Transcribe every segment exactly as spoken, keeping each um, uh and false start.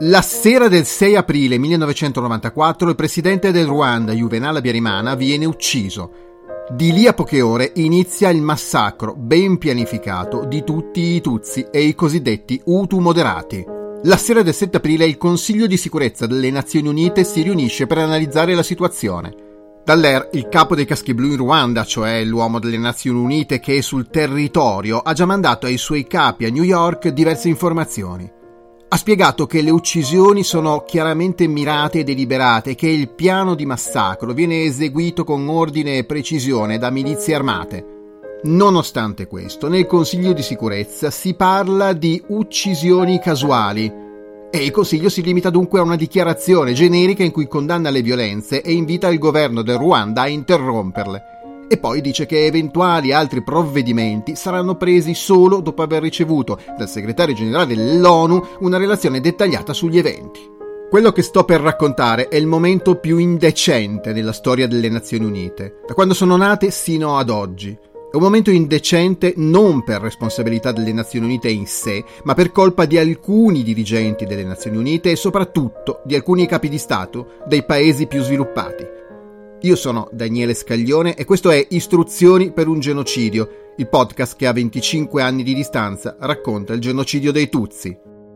La sera del sei aprile millenovecentonovantaquattro il presidente del Ruanda, Juvenal Habyarimana, viene ucciso. Di lì a poche ore inizia il massacro ben pianificato di tutti i Tutsi e i cosiddetti Hutu moderati. La sera del sette aprile il Consiglio di sicurezza delle Nazioni Unite si riunisce per analizzare la situazione. Dallaire, il capo dei caschi blu in Ruanda, cioè l'uomo delle Nazioni Unite che è sul territorio, ha già mandato ai suoi capi a New York diverse informazioni. Ha spiegato che le uccisioni sono chiaramente mirate e deliberate e che il piano di massacro viene eseguito con ordine e precisione da milizie armate. Nonostante questo, nel Consiglio di sicurezza si parla di uccisioni casuali e il Consiglio si limita dunque a una dichiarazione generica in cui condanna le violenze e invita il governo del Ruanda a interromperle. E poi dice che eventuali altri provvedimenti saranno presi solo dopo aver ricevuto dal segretario generale dell'ONU una relazione dettagliata sugli eventi. Quello che sto per raccontare è il momento più indecente della storia delle Nazioni Unite, da quando sono nate sino ad oggi. È un momento indecente non per responsabilità delle Nazioni Unite in sé, ma per colpa di alcuni dirigenti delle Nazioni Unite e soprattutto di alcuni capi di Stato dei paesi più sviluppati. Io sono Daniele Scaglione e questo è Istruzioni per un genocidio, il podcast che a venticinque anni di distanza racconta il genocidio dei Tutsi.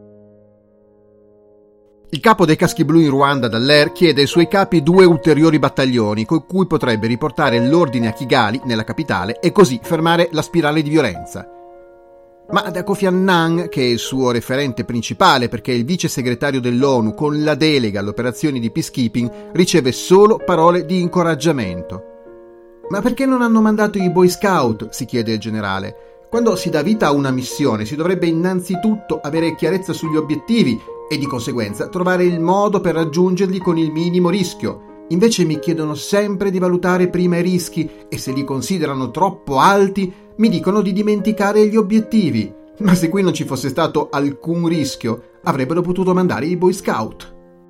Il capo dei caschi blu in Ruanda, Dallaire, chiede ai suoi capi due ulteriori battaglioni con cui potrebbe riportare l'ordine a Kigali, nella capitale, e così fermare la spirale di violenza. Ma da Kofi Annan, che è il suo referente principale perché è il vice segretario dell'ONU con la delega alle operazioni di peacekeeping, riceve solo parole di incoraggiamento. Ma perché non hanno mandato i Boy Scout? Si chiede il generale. Quando si dà vita a una missione si dovrebbe innanzitutto avere chiarezza sugli obiettivi e di conseguenza trovare il modo per raggiungerli con il minimo rischio. Invece mi chiedono sempre di valutare prima i rischi e se li considerano troppo alti mi dicono di dimenticare gli obiettivi. Ma se qui non ci fosse stato alcun rischio, avrebbero potuto mandare i Boy Scout.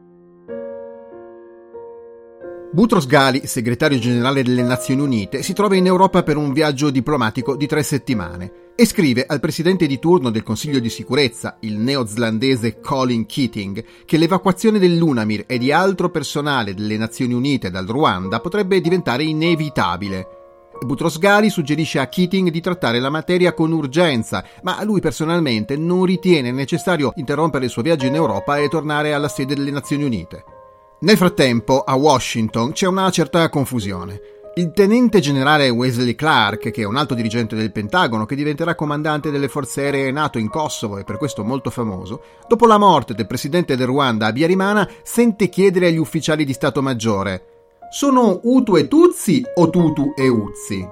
Boutros Ghali, segretario generale delle Nazioni Unite, si trova in Europa per un viaggio diplomatico di tre settimane e scrive al presidente di turno del Consiglio di sicurezza, il neozelandese Colin Keating, che l'evacuazione dell'UNAMIR e di altro personale delle Nazioni Unite dal Ruanda potrebbe diventare inevitabile. Boutros Ghali suggerisce a Keating di trattare la materia con urgenza, ma lui personalmente non ritiene necessario interrompere il suo viaggio in Europa e tornare alla sede delle Nazioni Unite. Nel frattempo, a Washington c'è una certa confusione. Il tenente generale Wesley Clark, che è un alto dirigente del Pentagono che diventerà comandante delle forze aeree NATO in Kosovo e per questo molto famoso, dopo la morte del presidente del Ruanda Habyarimana, sente chiedere agli ufficiali di Stato Maggiore: sono Hutu e Tutsi o Tutu e Utsi?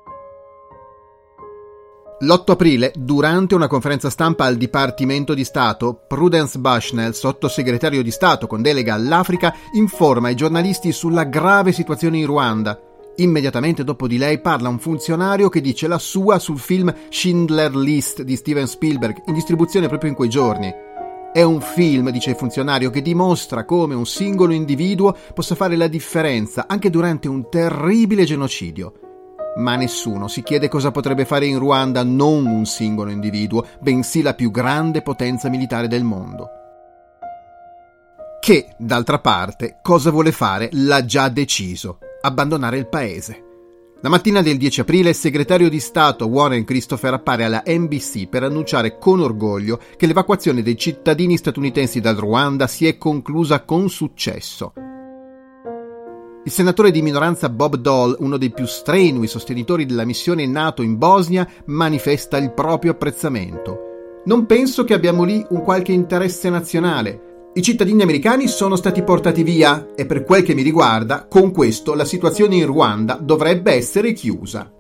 L'otto aprile, durante una conferenza stampa al Dipartimento di Stato, Prudence Bushnell, sottosegretario di Stato con delega all'Africa, informa i giornalisti sulla grave situazione in Ruanda. Immediatamente dopo di lei parla un funzionario che dice la sua sul film Schindler List di Steven Spielberg, in distribuzione proprio in quei giorni. È un film, dice il funzionario, che dimostra come un singolo individuo possa fare la differenza anche durante un terribile genocidio. Ma nessuno si chiede cosa potrebbe fare in Ruanda non un singolo individuo, bensì la più grande potenza militare del mondo. Che, d'altra parte, cosa vuole fare l'ha già deciso: abbandonare il paese. La mattina del dieci aprile il segretario di Stato Warren Christopher appare alla N B C per annunciare con orgoglio che l'evacuazione dei cittadini statunitensi dal Ruanda si è conclusa con successo. Il senatore di minoranza Bob Dole, uno dei più strenui sostenitori della missione NATO in Bosnia, manifesta il proprio apprezzamento. Non penso che abbiamo lì un qualche interesse nazionale. I cittadini americani sono stati portati via e per quel che mi riguarda, con questo la situazione in Ruanda dovrebbe essere chiusa.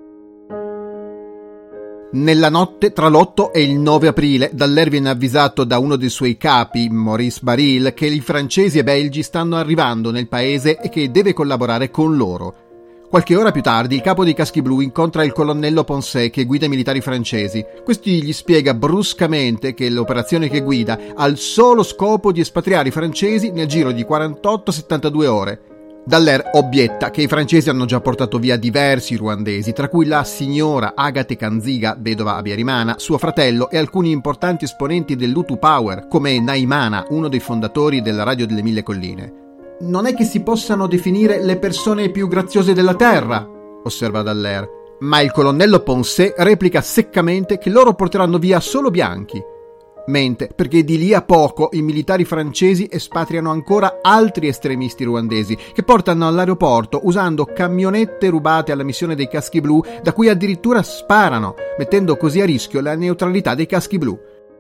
Nella notte tra l'otto e il nove aprile, Dallaire viene avvisato da uno dei suoi capi, Maurice Baril, che i francesi e belgi stanno arrivando nel paese e che deve collaborare con loro. Qualche ora più tardi, il capo dei caschi blu incontra il colonnello Poncet che guida i militari francesi. Questi gli spiega bruscamente che l'operazione che guida ha il solo scopo di espatriare i francesi nel giro di quarantotto settantadue ore. Dallaire obietta che i francesi hanno già portato via diversi ruandesi, tra cui la signora Agathe Kanziga, vedova Habyarimana, suo fratello e alcuni importanti esponenti dell'Hutu Power, come Naimana, uno dei fondatori della Radio delle Mille Colline. Non è che si possano definire le persone più graziose della terra, osserva Dallaire, ma il colonnello Poncet replica seccamente che loro porteranno via solo bianchi. Mente, perché di lì a poco i militari francesi espatriano ancora altri estremisti ruandesi che portano all'aeroporto usando camionette rubate alla missione dei caschi blu, da cui addirittura sparano, mettendo così a rischio la neutralità dei caschi blu.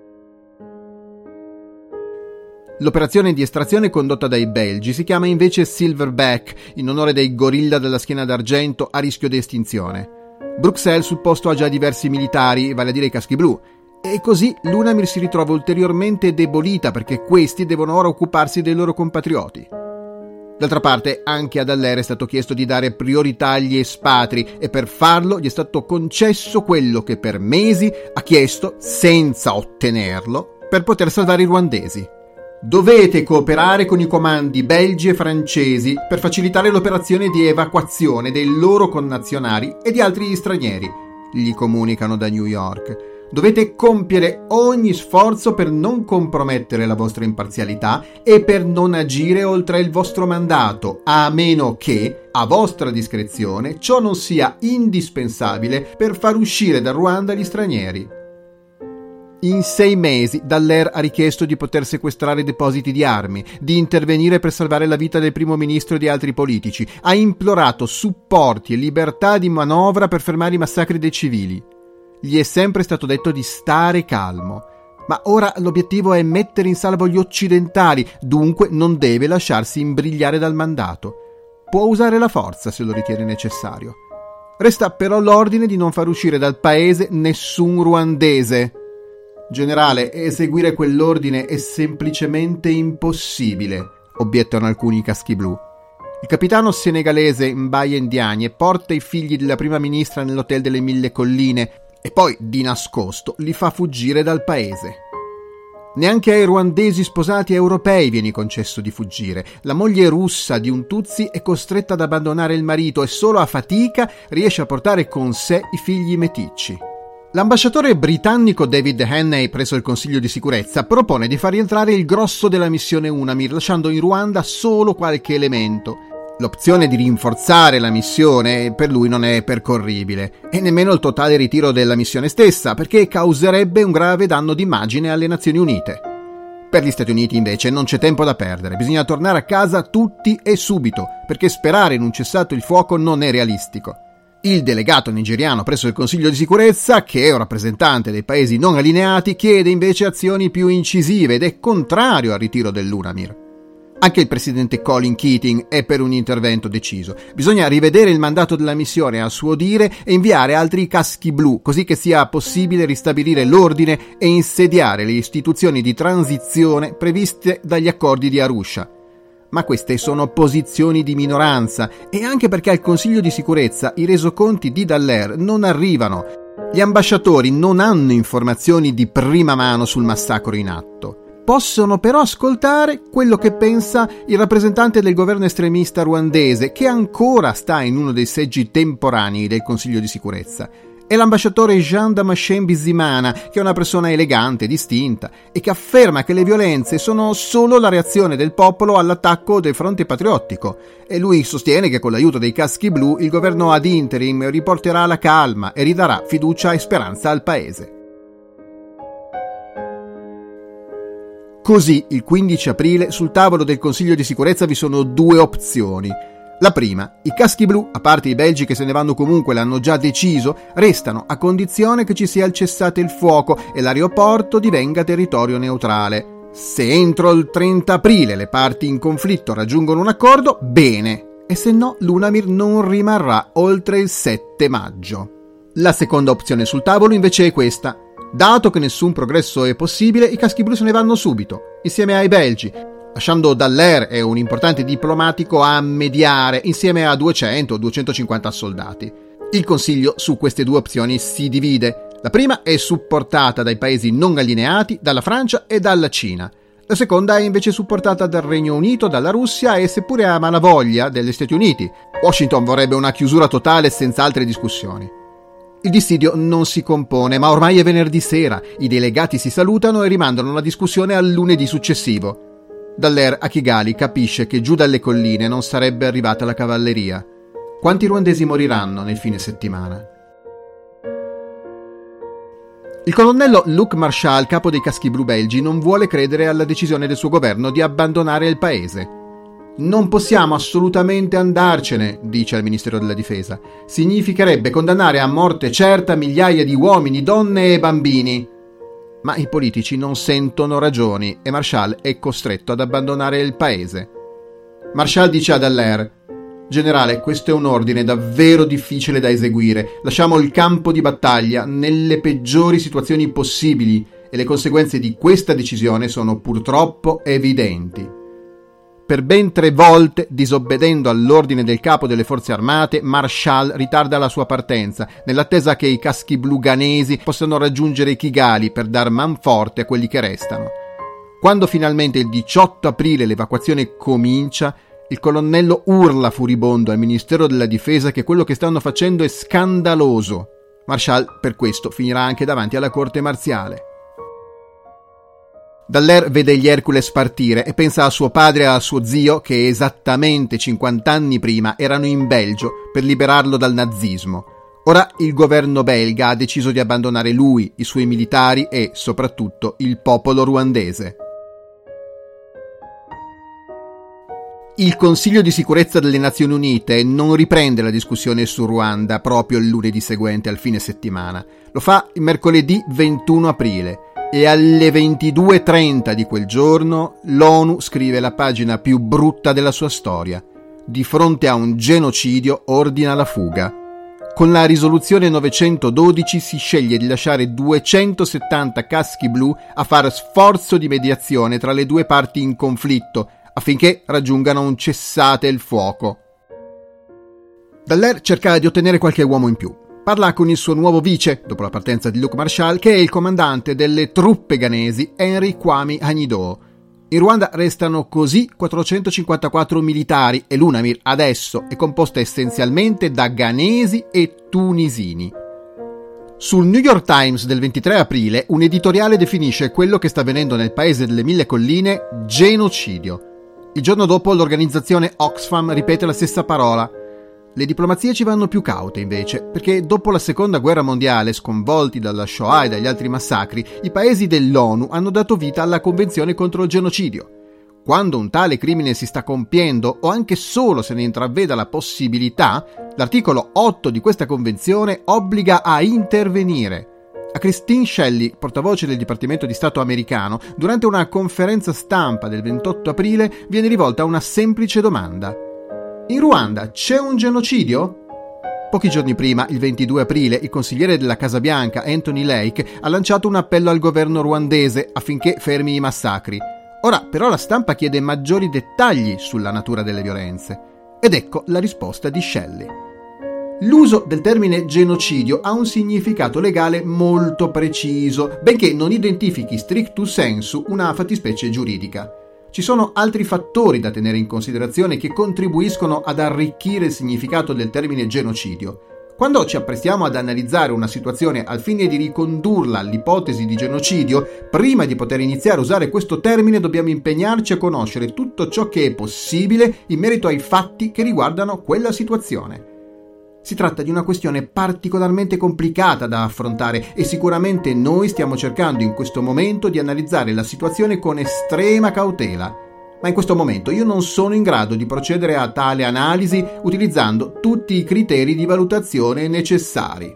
L'operazione di estrazione condotta dai belgi si chiama invece Silverback, in onore dei gorilla della schiena d'argento a rischio di estinzione. Bruxelles sul posto ha già diversi militari, vale a dire i caschi blu, e così l'UNAMIR si ritrova ulteriormente debolita perché questi devono ora occuparsi dei loro compatrioti. D'altra parte, anche a Dallaire è stato chiesto di dare priorità agli espatri e per farlo gli è stato concesso quello che per mesi ha chiesto, senza ottenerlo, per poter salvare i ruandesi. Dovete cooperare con i comandi belgi e francesi per facilitare l'operazione di evacuazione dei loro connazionali e di altri stranieri, gli comunicano da New York. Dovete compiere ogni sforzo per non compromettere la vostra imparzialità e per non agire oltre il vostro mandato, a meno che, a vostra discrezione, ciò non sia indispensabile per far uscire dal Ruanda gli stranieri. In sei mesi Dallaire ha richiesto di poter sequestrare depositi di armi, di intervenire per salvare la vita del primo ministro e di altri politici, ha implorato supporti e libertà di manovra per fermare i massacri dei civili. Gli è sempre stato detto di stare calmo, ma ora l'obiettivo è mettere in salvo gli occidentali, dunque non deve lasciarsi imbrigliare dal mandato. Può usare la forza se lo ritiene necessario. Resta però l'ordine di non far uscire dal paese nessun ruandese. Generale, eseguire quell'ordine è semplicemente impossibile, obiettano alcuni caschi blu. Il capitano senegalese Mbaye Ndiaye porta i figli della prima ministra nell'hotel delle Mille Colline e poi, di nascosto, li fa fuggire dal paese. Neanche ai ruandesi sposati europei viene concesso di fuggire. La moglie russa di un Tutsi è costretta ad abbandonare il marito e solo a fatica riesce a portare con sé i figli meticci. L'ambasciatore britannico David Hannay presso il Consiglio di Sicurezza propone di far rientrare il grosso della missione UNAMIR, lasciando in Ruanda solo qualche elemento. L'opzione di rinforzare la missione per lui non è percorribile, e nemmeno il totale ritiro della missione stessa, perché causerebbe un grave danno d'immagine alle Nazioni Unite. Per gli Stati Uniti invece non c'è tempo da perdere, bisogna tornare a casa tutti e subito, perché sperare in un cessato il fuoco non è realistico. Il delegato nigeriano presso il Consiglio di Sicurezza, che è un rappresentante dei paesi non allineati, chiede invece azioni più incisive ed è contrario al ritiro dell'UNAMIR. Anche il presidente Colin Keating è per un intervento deciso. Bisogna rivedere il mandato della missione a suo dire e inviare altri caschi blu, così che sia possibile ristabilire l'ordine e insediare le istituzioni di transizione previste dagli accordi di Arusha. Ma queste sono posizioni di minoranza e anche perché al Consiglio di Sicurezza i resoconti di Dallaire non arrivano. Gli ambasciatori non hanno informazioni di prima mano sul massacro in atto. Possono però ascoltare quello che pensa il rappresentante del governo estremista ruandese, che ancora sta in uno dei seggi temporanei del Consiglio di Sicurezza. È l'ambasciatore Jean Damascene Bizimana, che è una persona elegante, distinta, e che afferma che le violenze sono solo la reazione del popolo all'attacco del fronte patriottico. E lui sostiene che con l'aiuto dei caschi blu il governo ad interim riporterà la calma e ridarà fiducia e speranza al paese. Così, il quindici aprile, sul tavolo del Consiglio di Sicurezza vi sono due opzioni. La prima, i caschi blu, a parte i belgi che se ne vanno comunque l'hanno già deciso, restano a condizione che ci sia il cessate il fuoco e l'aeroporto divenga territorio neutrale. Se entro il trenta aprile le parti in conflitto raggiungono un accordo, bene, e se no l'UNAMIR non rimarrà oltre il sette maggio. La seconda opzione sul tavolo invece è questa. Dato che nessun progresso è possibile, i caschi blu se ne vanno subito, insieme ai belgi, lasciando Dallaire e un importante diplomatico a mediare insieme a duecento o duecentocinquanta soldati. Il Consiglio su queste due opzioni si divide. La prima è supportata dai paesi non allineati, dalla Francia e dalla Cina. La seconda è invece supportata dal Regno Unito, dalla Russia e seppure a malavoglia dagli Stati Uniti. Washington vorrebbe una chiusura totale senza altre discussioni. Il dissidio non si compone, ma ormai è venerdì sera, i delegati si salutano e rimandano la discussione al lunedì successivo. Dallaire a Kigali capisce che giù dalle colline non sarebbe arrivata la cavalleria. Quanti ruandesi moriranno nel fine settimana? Il colonnello Luc Marchal, capo dei caschi blu belgi, non vuole credere alla decisione del suo governo di abbandonare il paese. Non possiamo assolutamente andarcene, dice al Ministero della Difesa. Significherebbe condannare a morte certa migliaia di uomini, donne e bambini. Ma i politici non sentono ragioni e Marchal è costretto ad abbandonare il paese. Marchal dice a Dallaire: generale, questo è un ordine davvero difficile da eseguire. Lasciamo il campo di battaglia nelle peggiori situazioni possibili e le conseguenze di questa decisione sono purtroppo evidenti. Per ben tre volte, disobbedendo all'ordine del capo delle forze armate, Marchal ritarda la sua partenza, nell'attesa che i caschi blu ghanesi possano raggiungere Kigali per dar manforte a quelli che restano. Quando finalmente il diciotto aprile l'evacuazione comincia, il colonnello urla furibondo al Ministero della Difesa che quello che stanno facendo è scandaloso. Marchal per questo finirà anche davanti alla corte marziale. Dallaire vede gli Hercules partire e pensa a suo padre e a suo zio che esattamente cinquanta anni prima erano in Belgio per liberarlo dal nazismo. Ora il governo belga ha deciso di abbandonare lui, i suoi militari e, soprattutto, il popolo ruandese. Il Consiglio di sicurezza delle Nazioni Unite non riprende la discussione su Ruanda proprio il lunedì seguente al fine settimana. Lo fa il mercoledì ventuno aprile. E alle ventidue e trenta di quel giorno l'ONU scrive la pagina più brutta della sua storia. Di fronte a un genocidio ordina la fuga. Con la risoluzione novecentododici si sceglie di lasciare duecentosettanta caschi blu a fare sforzo di mediazione tra le due parti in conflitto affinché raggiungano un cessate il fuoco. Dallaire cerca di ottenere qualche uomo in più. Parla con il suo nuovo vice, dopo la partenza di Luc Marchal, che è il comandante delle truppe ghanesi, Henry Kwame Agnido. In Ruanda restano così quattrocentocinquantaquattro militari e l'UNAMIR adesso è composta essenzialmente da ghanesi e tunisini. Sul New York Times del ventitré aprile un editoriale definisce quello che sta avvenendo nel paese delle mille colline genocidio. Il giorno dopo l'organizzazione Oxfam ripete la stessa parola. Le diplomazie ci vanno più caute invece, perché dopo la seconda guerra mondiale, sconvolti dalla Shoah e dagli altri massacri, i paesi dell'ONU hanno dato vita alla Convenzione contro il genocidio. Quando un tale crimine si sta compiendo, o anche solo se ne intraveda la possibilità, l'articolo otto di questa convenzione obbliga a intervenire. A Christine Shelley, portavoce del Dipartimento di Stato americano, durante una conferenza stampa del ventotto aprile viene rivolta una semplice domanda. In Ruanda c'è un genocidio? Pochi giorni prima, il ventidue aprile, il consigliere della Casa Bianca, Anthony Lake, ha lanciato un appello al governo ruandese affinché fermi i massacri. Ora, però, la stampa chiede maggiori dettagli sulla natura delle violenze. Ed ecco la risposta di Shelley. L'uso del termine genocidio ha un significato legale molto preciso, benché non identifichi strictu sensu una fattispecie giuridica. Ci sono altri fattori da tenere in considerazione che contribuiscono ad arricchire il significato del termine genocidio. Quando ci apprestiamo ad analizzare una situazione al fine di ricondurla all'ipotesi di genocidio, prima di poter iniziare a usare questo termine dobbiamo impegnarci a conoscere tutto ciò che è possibile in merito ai fatti che riguardano quella situazione. Si tratta di una questione particolarmente complicata da affrontare e sicuramente noi stiamo cercando in questo momento di analizzare la situazione con estrema cautela. Ma in questo momento io non sono in grado di procedere a tale analisi utilizzando tutti i criteri di valutazione necessari.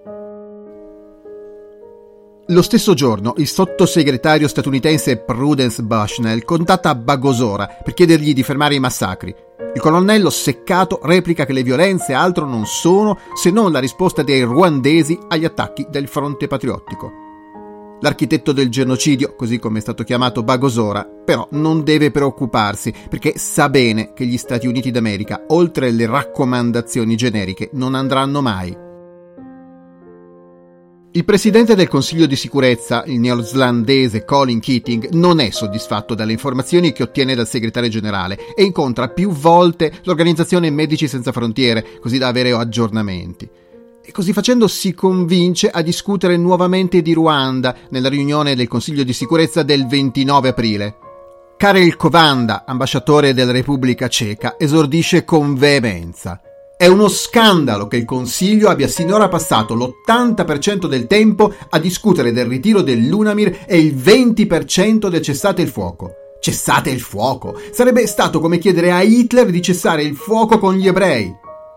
Lo stesso giorno il sottosegretario statunitense Prudence Bushnell contatta Bagosora per chiedergli di fermare i massacri. Il colonnello seccato replica che le violenze altro non sono se non la risposta dei ruandesi agli attacchi del Fronte Patriottico. L'architetto del genocidio, così come è stato chiamato Bagosora, però non deve preoccuparsi perché sa bene che gli Stati Uniti d'America, oltre alle raccomandazioni generiche, non andranno mai. Il presidente del Consiglio di sicurezza, il neozelandese Colin Keating, non è soddisfatto dalle informazioni che ottiene dal segretario generale e incontra più volte l'organizzazione Medici Senza Frontiere, così da avere aggiornamenti. E così facendo si convince a discutere nuovamente di Ruanda nella riunione del Consiglio di sicurezza del ventinove aprile. Karel Kovanda, ambasciatore della Repubblica Ceca, esordisce con veemenza. È uno scandalo che il Consiglio abbia sinora passato l'ottanta per cento del tempo a discutere del ritiro dell'UNAMIR e il venti per cento del cessate il fuoco. Cessate il fuoco! Sarebbe stato come chiedere a Hitler di cessare il fuoco con gli ebrei.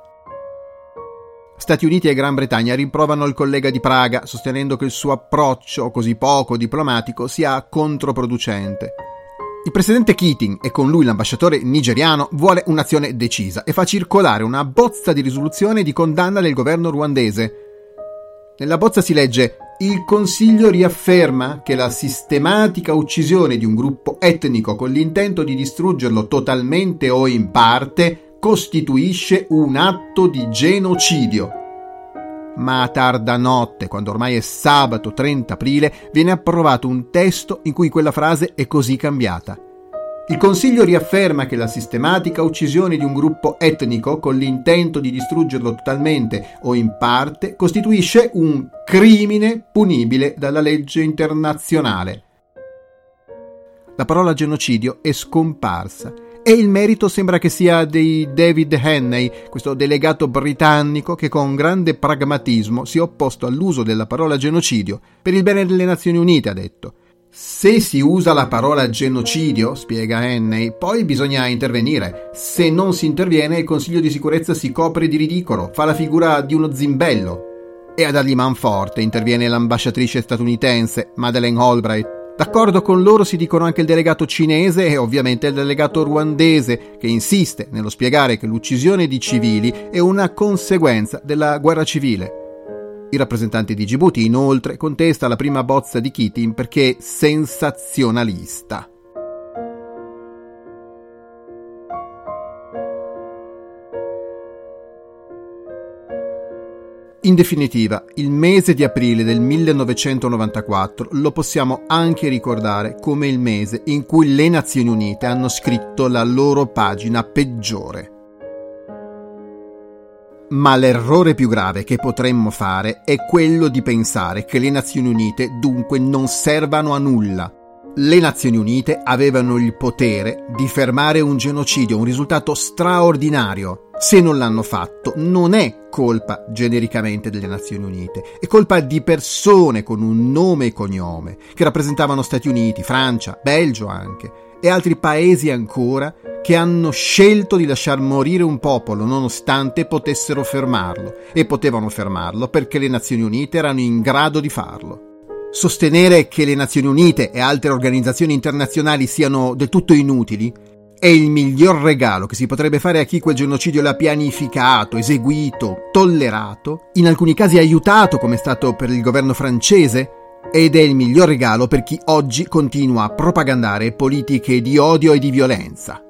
Stati Uniti e Gran Bretagna rimprovano il collega di Praga, sostenendo che il suo approccio così poco diplomatico sia controproducente. Il presidente Keating e con lui l'ambasciatore nigeriano vuole un'azione decisa e fa circolare una bozza di risoluzione di condanna del governo ruandese. Nella bozza si legge: il Consiglio riafferma che la sistematica uccisione di un gruppo etnico con l'intento di distruggerlo totalmente o in parte costituisce un atto di genocidio. Ma a tarda notte, quando ormai è sabato trenta aprile, viene approvato un testo in cui quella frase è così cambiata. Il Consiglio riafferma che la sistematica uccisione di un gruppo etnico con l'intento di distruggerlo totalmente o in parte costituisce un crimine punibile dalla legge internazionale. La parola genocidio è scomparsa. E il merito sembra che sia di David Hannay, questo delegato britannico che con grande pragmatismo si è opposto all'uso della parola genocidio per il bene delle Nazioni Unite, ha detto. Se si usa la parola genocidio, spiega Hannay, poi bisogna intervenire. Se non si interviene, il Consiglio di sicurezza si copre di ridicolo, fa la figura di uno zimbello. E a dargli manforte interviene l'ambasciatrice statunitense, Madeleine Albright. D'accordo con loro si dicono anche il delegato cinese e ovviamente il delegato ruandese, che insiste nello spiegare che l'uccisione di civili è una conseguenza della guerra civile. Il rappresentante di Djibouti inoltre contesta la prima bozza di Keating perché sensazionalista. In definitiva, il mese di aprile del millenovecentonovantaquattro lo possiamo anche ricordare come il mese in cui le Nazioni Unite hanno scritto la loro pagina peggiore. Ma l'errore più grave che potremmo fare è quello di pensare che le Nazioni Unite dunque non servano a nulla. Le Nazioni Unite avevano il potere di fermare un genocidio, un risultato straordinario. Se non l'hanno fatto, non è colpa genericamente delle Nazioni Unite, è colpa di persone con un nome e cognome, che rappresentavano Stati Uniti, Francia, Belgio anche, e altri paesi ancora che hanno scelto di lasciar morire un popolo nonostante potessero fermarlo, e potevano fermarlo perché le Nazioni Unite erano in grado di farlo. Sostenere che le Nazioni Unite e altre organizzazioni internazionali siano del tutto inutili è il miglior regalo che si potrebbe fare a chi quel genocidio l'ha pianificato, eseguito, tollerato, in alcuni casi aiutato come è stato per il governo francese, ed è il miglior regalo per chi oggi continua a propagandare politiche di odio e di violenza.